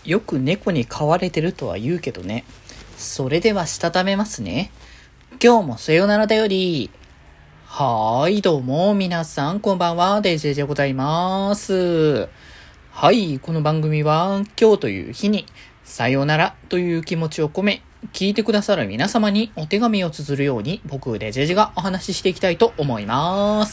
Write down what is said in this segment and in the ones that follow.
よく猫に飼われてるとは言うけどね。それではしたためますね。今日もさよならだより。はーい、どうも、皆さん、こんばんは、デジェジでございます。はい、この番組は、今日という日に、さよならという気持ちを込め、聞いてくださる皆様にお手紙を綴るように、僕、デジェジがお話ししていきたいと思います。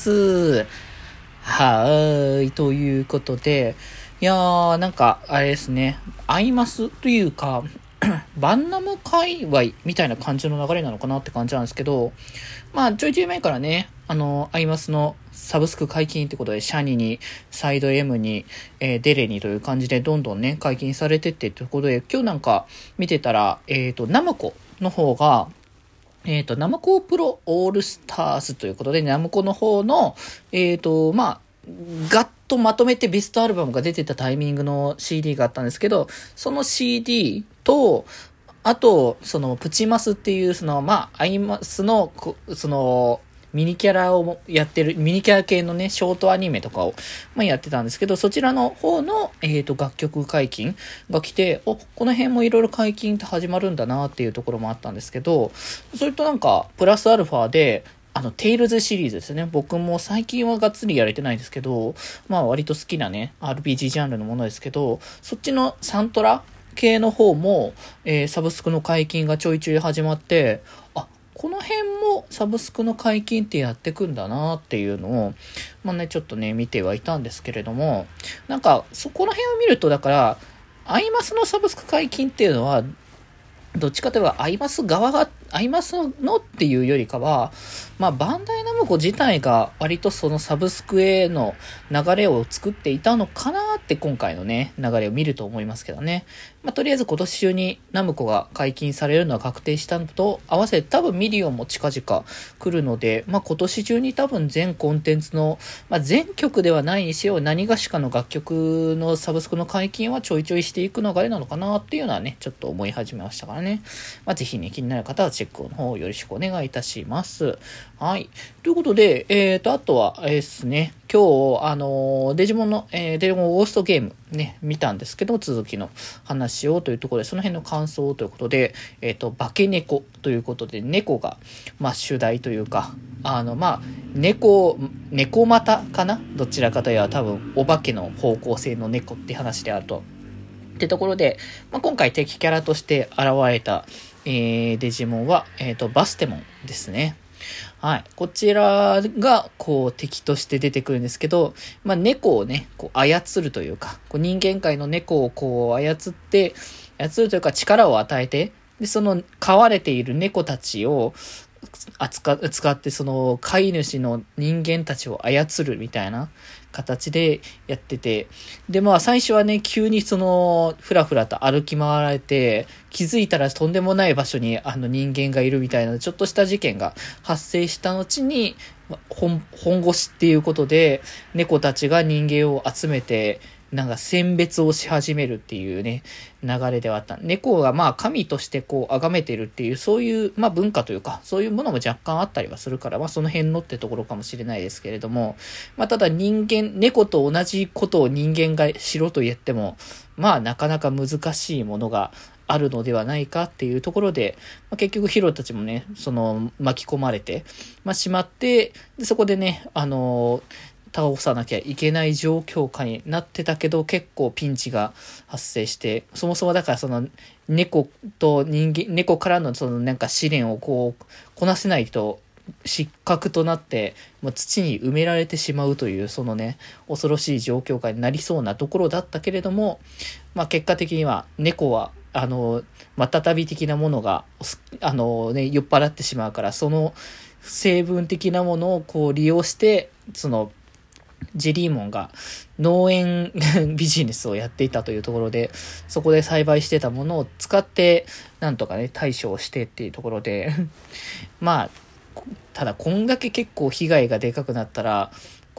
はーい、ということで、いやー、なんか、あれですね、アイマスというか、バンナム界隈みたいな感じの流れなのかなって感じなんですけど、まあ、ちょいちょい前からね、アイマスのサブスク解禁ってことで、シャニに、サイド M に、デレにという感じでどんどんね、解禁されてってということで、今日なんか見てたら、ナムコの方が、ナムコプロオールスターズということで、ナムコの方の、まあ、ガッとまとめてベストアルバムが出てたタイミングの CD があったんですけど、その CD と、あと、その、プチマスっていう、まあ、アイマスの、ミニキャラをやってる、ミニキャラ系のね、ショートアニメとかを、まあ、やってたんですけど、そちらの方の、楽曲解禁が来て、この辺もいろいろ解禁って始まるんだなっていうところもあったんですけど、それとなんか、プラスアルファで、テイルズシリーズですね。僕も最近はがっつりやれてないんですけど、まあ割と好きなね、RPG ジャンルのものですけど、そっちのサントラ系の方も、サブスクの解禁がちょいちょい始まって、この辺もサブスクの解禁ってやってくんだなっていうのを、まあね、ちょっとね、見てはいたんですけれども、なんか、そこの辺を見ると、だから、アイマスのサブスク解禁っていうのは、どっちかといえば、アイマスのっていうよりかは、まあ、バンダイナムコ自体が割とそのサブスクへの流れを作っていたのかなって今回のね、流れを見ると思いますけどね。まあ、とりあえず今年中にナムコが解禁されるのは確定したのと合わせて多分ミリオンも近々来るので、まあ、今年中に多分全コンテンツの、まあ、全曲ではないにせよ何がしかの楽曲のサブスクの解禁はちょいちょいしていく流れなのかなっていうのはね、ちょっと思い始めましたからね。まあ、ぜひね、気になる方はチェックの方よろしくお願いいたします。はい。ということで、あとは、ですね、今日、デジモンの、デジモンゴーストゲームね、見たんですけど、続きの話をというところで、その辺の感想ということで、化け猫ということで、猫が、まあ、主題というか、まあ、猫股かなどちらかというと多分、お化けの方向性の猫って話であると。ってところで、まあ、今回敵キャラとして現れた、デジモンは、バステモンですね。はい。こちらが、こう、敵として出てくるんですけど、まあ、猫をね、こう、操るというか、こう人間界の猫をこう、操るというか力を与えて、で、その、飼われている猫たちを、使って、その、飼い主の人間たちを操るみたいな形でやってて、で、まあ、最初はね、急にその、ふらふらと歩き回られて、気づいたらとんでもない場所に人間がいるみたいな、ちょっとした事件が発生した後に、本腰っていうことで、猫たちが人間を集めて、なんか選別をし始めるっていうね、流れではあった。猫がまあ神としてこう崇めてるっていう、そういうまあ文化というか、そういうものも若干あったりはするから、まあその辺のってところかもしれないですけれども、まあただ猫と同じことを人間がしろと言っても、まあなかなか難しいものがあるのではないかっていうところで、まあ、結局ヒロたちもね、その巻き込まれて、まあしまって、でそこでね、倒さなきゃいけない状況下になってたけど、結構ピンチが発生して、そもそもだからその猫からのそのなんか試練をこうこなせないと失格となって、もう土に埋められてしまうというそのね、恐ろしい状況下になりそうなところだったけれども、まあ結果的には猫はまたたび的なものが酔っ払ってしまうから、その成分的なものをこう利用して、そのジェリーモンが農園ビジネスをやっていたというところで、そこで栽培してたものを使ってなんとかね対処をしてっていうところでまあただこんだけ結構被害がでかくなったら、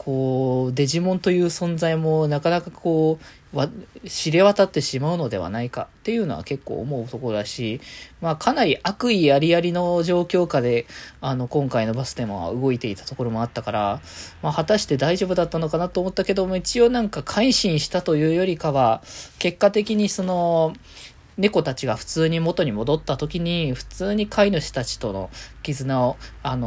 こう、デジモンという存在もなかなかこう、知れ渡ってしまうのではないかっていうのは結構思うところだし、まあかなり悪意ありありの状況下で、今回のバステマは動いていたところもあったから、まあ果たして大丈夫だったのかなと思ったけども、一応なんか改心したというよりかは、結果的にその、猫たちが普通に元に戻った時に、普通に飼い主たちとの絆を、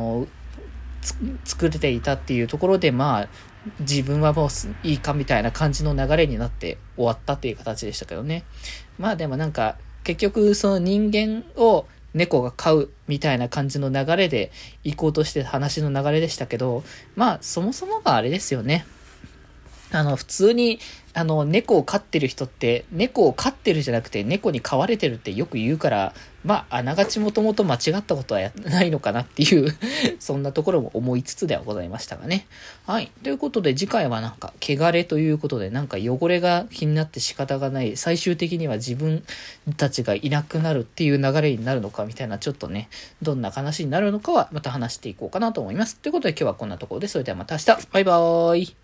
作れていたっていうところで、まあ、自分はもういいかみたいな感じの流れになって終わったっていう形でしたけどね。まあでもなんか、結局その人間を猫が飼うみたいな感じの流れで行こうとして話の流れでしたけど、まあそもそもがあれですよね。普通に、猫を飼ってる人って、猫を飼ってるじゃなくて猫に飼われてるってよく言うから、まあ、あながちもともと間違ったことはないのかなっていうそんなところも思いつつではございましたがね。はい。ということで、次回はなんか、汚れということで、なんか汚れが気になって仕方がない、最終的には自分たちがいなくなるっていう流れになるのかみたいな、ちょっとね、どんな話になるのかはまた話していこうかなと思います。ということで、今日はこんなところで、それではまた明日、バイバーイ。